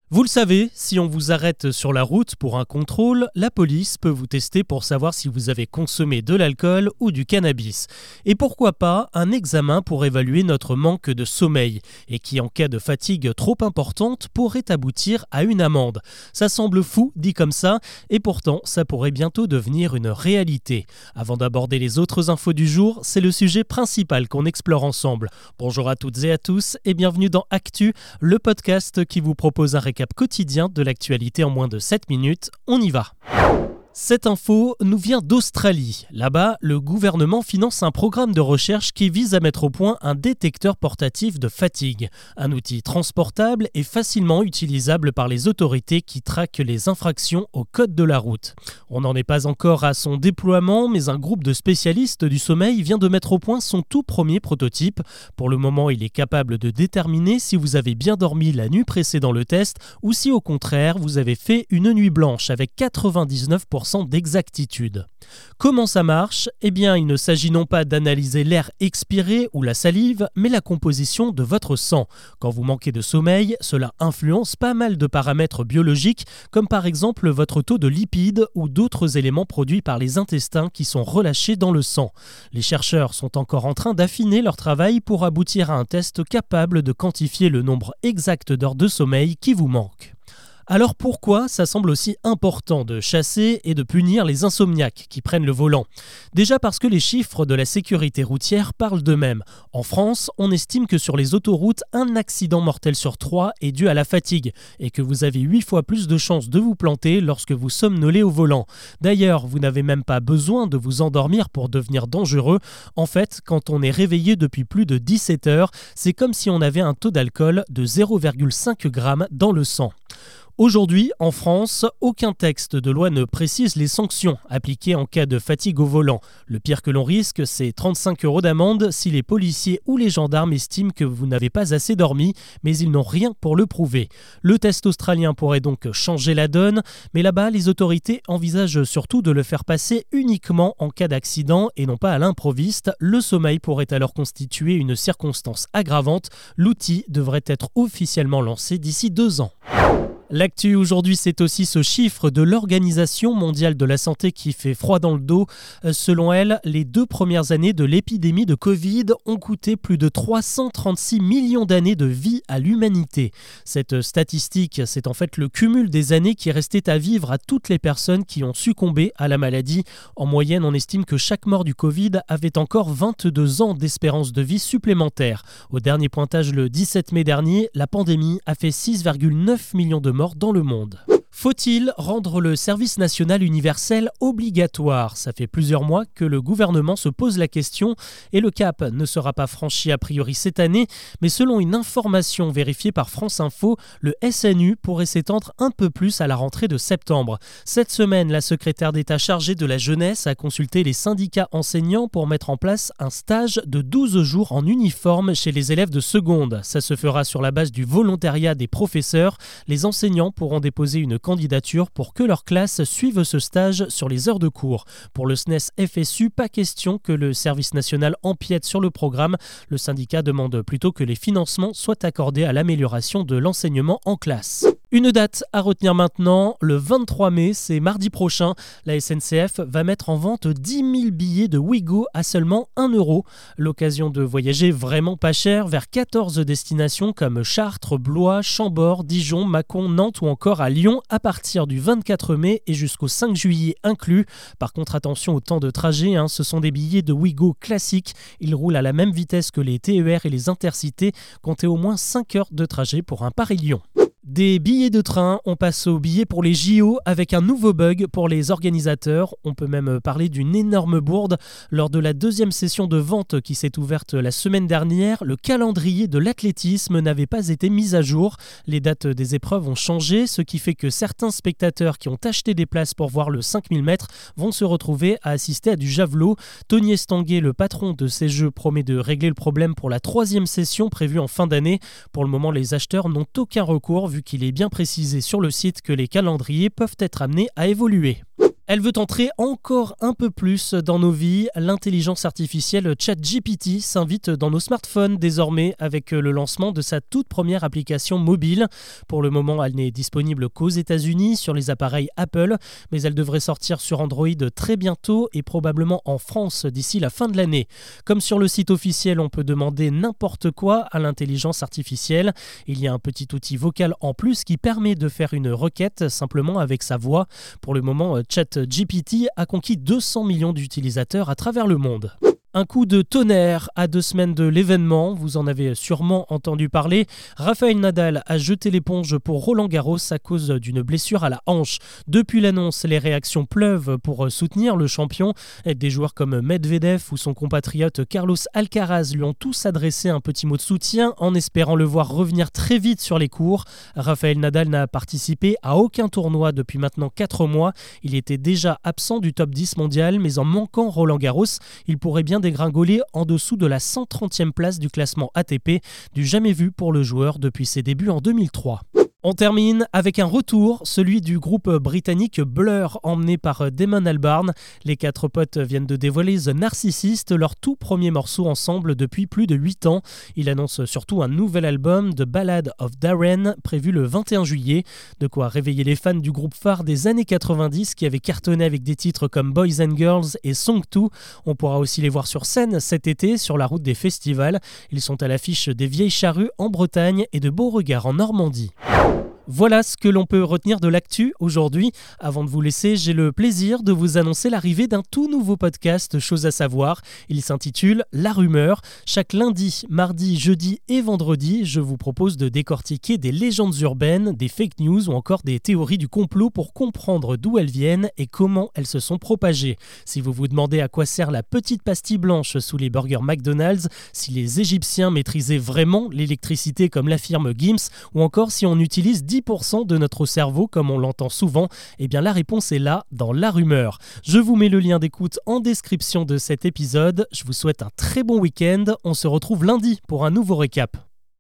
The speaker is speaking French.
Vous le savez, si on vous arrête sur la route pour un contrôle, la police peut vous tester pour savoir si vous avez consommé de l'alcool ou du cannabis. Et pourquoi pas un examen pour évaluer notre manque de sommeil et qui, en cas de fatigue trop importante, pourrait aboutir à une amende. Ça semble fou dit comme ça, et pourtant ça pourrait bientôt devenir une réalité. Avant d'aborder les autres infos du jour, c'est le sujet principal qu'on explore ensemble. Bonjour à toutes et à tous et bienvenue dans Actu, le podcast qui vous propose un récap quotidien de l'actualité en moins de 7 minutes. On y va. Cette info nous vient d'Australie. Là-bas, le gouvernement finance un programme de recherche qui vise à mettre au point un détecteur portatif de fatigue. Un outil transportable et facilement utilisable par les autorités qui traquent les infractions au code de la route. On n'en est pas encore à son déploiement, mais un groupe de spécialistes du sommeil vient de mettre au point son tout premier prototype. Pour le moment, il est capable de déterminer si vous avez bien dormi la nuit précédant le test ou si au contraire, vous avez fait une nuit blanche avec 99% d'exactitude. Comment ça marche ? Eh bien, il ne s'agit non pas d'analyser l'air expiré ou la salive, mais la composition de votre sang. Quand vous manquez de sommeil, cela influence pas mal de paramètres biologiques, comme par exemple votre taux de lipides ou d'autres éléments produits par les intestins qui sont relâchés dans le sang. Les chercheurs sont encore en train d'affiner leur travail pour aboutir à un test capable de quantifier le nombre exact d'heures de sommeil qui vous manque. Alors pourquoi ça semble aussi important de chasser et de punir les insomniaques qui prennent le volant ? Déjà parce que les chiffres de la sécurité routière parlent d'eux-mêmes. En France, on estime que sur les autoroutes, un accident mortel sur 3 est dû à la fatigue et que vous avez 8 fois plus de chances de vous planter lorsque vous somnolez au volant. D'ailleurs, vous n'avez même pas besoin de vous endormir pour devenir dangereux. En fait, quand on est réveillé depuis plus de 17 heures, c'est comme si on avait un taux d'alcool de 0,5 g dans le sang. Aujourd'hui, en France, aucun texte de loi ne précise les sanctions appliquées en cas de fatigue au volant. Le pire que l'on risque, c'est 35 € d'amende si les policiers ou les gendarmes estiment que vous n'avez pas assez dormi, mais ils n'ont rien pour le prouver. Le test australien pourrait donc changer la donne, mais là-bas, les autorités envisagent surtout de le faire passer uniquement en cas d'accident et non pas à l'improviste. Le sommeil pourrait alors constituer une circonstance aggravante. L'outil devrait être officiellement lancé d'ici 2 ans. L'actu aujourd'hui, c'est aussi ce chiffre de l'Organisation mondiale de la santé qui fait froid dans le dos. Selon elle, les 2 premières années de l'épidémie de Covid ont coûté plus de 336 millions d'années de vie à l'humanité. Cette statistique, c'est en fait le cumul des années qui restaient à vivre à toutes les personnes qui ont succombé à la maladie. En moyenne, on estime que chaque mort du Covid avait encore 22 ans d'espérance de vie supplémentaire. Au dernier pointage le 17 mai dernier, la pandémie a fait 6,9 millions de morts dans le monde. Faut-il rendre le service national universel obligatoire ? Ça fait plusieurs mois que le gouvernement se pose la question et le cap ne sera pas franchi a priori cette année, mais selon une information vérifiée par France Info, le SNU pourrait s'étendre un peu plus à la rentrée de septembre. Cette semaine, la secrétaire d'État chargée de la jeunesse a consulté les syndicats enseignants pour mettre en place un stage de 12 jours en uniforme chez les élèves de seconde. Ça se fera sur la base du volontariat des professeurs. Les enseignants pourront déposer une candidature pour que leur classe suive ce stage sur les heures de cours. Pour le SNES FSU, pas question que le service national empiète sur le programme. Le syndicat demande plutôt que les financements soient accordés à l'amélioration de l'enseignement en classe. Une date à retenir maintenant, le 23 mai, c'est mardi prochain. La SNCF va mettre en vente 10 000 billets de Ouigo à seulement 1 €. L'occasion de voyager vraiment pas cher vers 14 destinations comme Chartres, Blois, Chambord, Dijon, Mâcon, Nantes ou encore à Lyon à partir du 24 mai et jusqu'au 5 juillet inclus. Par contre, attention au temps de trajet, ce sont des billets de Ouigo classiques. Ils roulent à la même vitesse que les TER et les Intercités. Comptez au moins 5 heures de trajet pour un Paris-Lyon. Des billets de train, on passe aux billets pour les JO avec un nouveau bug pour les organisateurs. On peut même parler d'une énorme bourde. Lors de la 2e session de vente qui s'est ouverte la semaine dernière, le calendrier de l'athlétisme n'avait pas été mis à jour. Les dates des épreuves ont changé, ce qui fait que certains spectateurs qui ont acheté des places pour voir le 5000 mètres vont se retrouver à assister à du javelot. Tony Estanguet, le patron de ces jeux, promet de régler le problème pour la 3e session prévue en fin d'année. Pour le moment, les acheteurs n'ont aucun recours vu qu'il est bien précisé sur le site que les calendriers peuvent être amenés à évoluer. Elle veut entrer encore un peu plus dans nos vies. L'intelligence artificielle ChatGPT s'invite dans nos smartphones désormais avec le lancement de sa toute première application mobile. Pour le moment, elle n'est disponible qu'aux États-Unis sur les appareils Apple, mais elle devrait sortir sur Android très bientôt et probablement en France d'ici la fin de l'année. Comme sur le site officiel, on peut demander n'importe quoi à l'intelligence artificielle. Il y a un petit outil vocal en plus qui permet de faire une requête simplement avec sa voix. Pour le moment, ChatGPT a conquis 200 millions d'utilisateurs à travers le monde. Un coup de tonnerre à 2 semaines de l'événement, vous en avez sûrement entendu parler. Rafael Nadal a jeté l'éponge pour Roland-Garros à cause d'une blessure à la hanche. Depuis l'annonce, les réactions pleuvent pour soutenir le champion. Des joueurs comme Medvedev ou son compatriote Carlos Alcaraz lui ont tous adressé un petit mot de soutien en espérant le voir revenir très vite sur les courts. Rafael Nadal n'a participé à aucun tournoi depuis maintenant 4 mois. Il était déjà absent du top 10 mondial, mais en manquant Roland-Garros, il pourrait bien dégringoler en dessous de la 130e place du classement ATP, du jamais vu pour le joueur depuis ses débuts en 2003. On termine avec un retour, celui du groupe britannique Blur, emmené par Damon Albarn. Les 4 potes viennent de dévoiler The Narcissist, leur tout premier morceau ensemble depuis plus de 8 ans. Il annonce surtout un nouvel album, The Ballad of Darren, prévu le 21 juillet. De quoi réveiller les fans du groupe phare des années 90 qui avait cartonné avec des titres comme Boys and Girls et Song 2. On pourra aussi les voir sur scène cet été sur la route des festivals. Ils sont à l'affiche des Vieilles Charrues en Bretagne et de Beauregard en Normandie. Voilà ce que l'on peut retenir de l'actu aujourd'hui. Avant de vous laisser, j'ai le plaisir de vous annoncer l'arrivée d'un tout nouveau podcast, chose à savoir. Il s'intitule La Rumeur. Chaque lundi, mardi, jeudi et vendredi, je vous propose de décortiquer des légendes urbaines, des fake news ou encore des théories du complot pour comprendre d'où elles viennent et comment elles se sont propagées. Si vous vous demandez à quoi sert la petite pastille blanche sous les burgers McDonald's, si les Égyptiens maîtrisaient vraiment l'électricité comme l'affirme Gims, ou encore si on utilise 10% de notre cerveau comme on l'entend souvent, eh bien la réponse est là dans La Rumeur. Je vous mets le lien d'écoute en description de cet épisode. Je vous souhaite un très bon week-end. On se retrouve lundi pour un nouveau récap.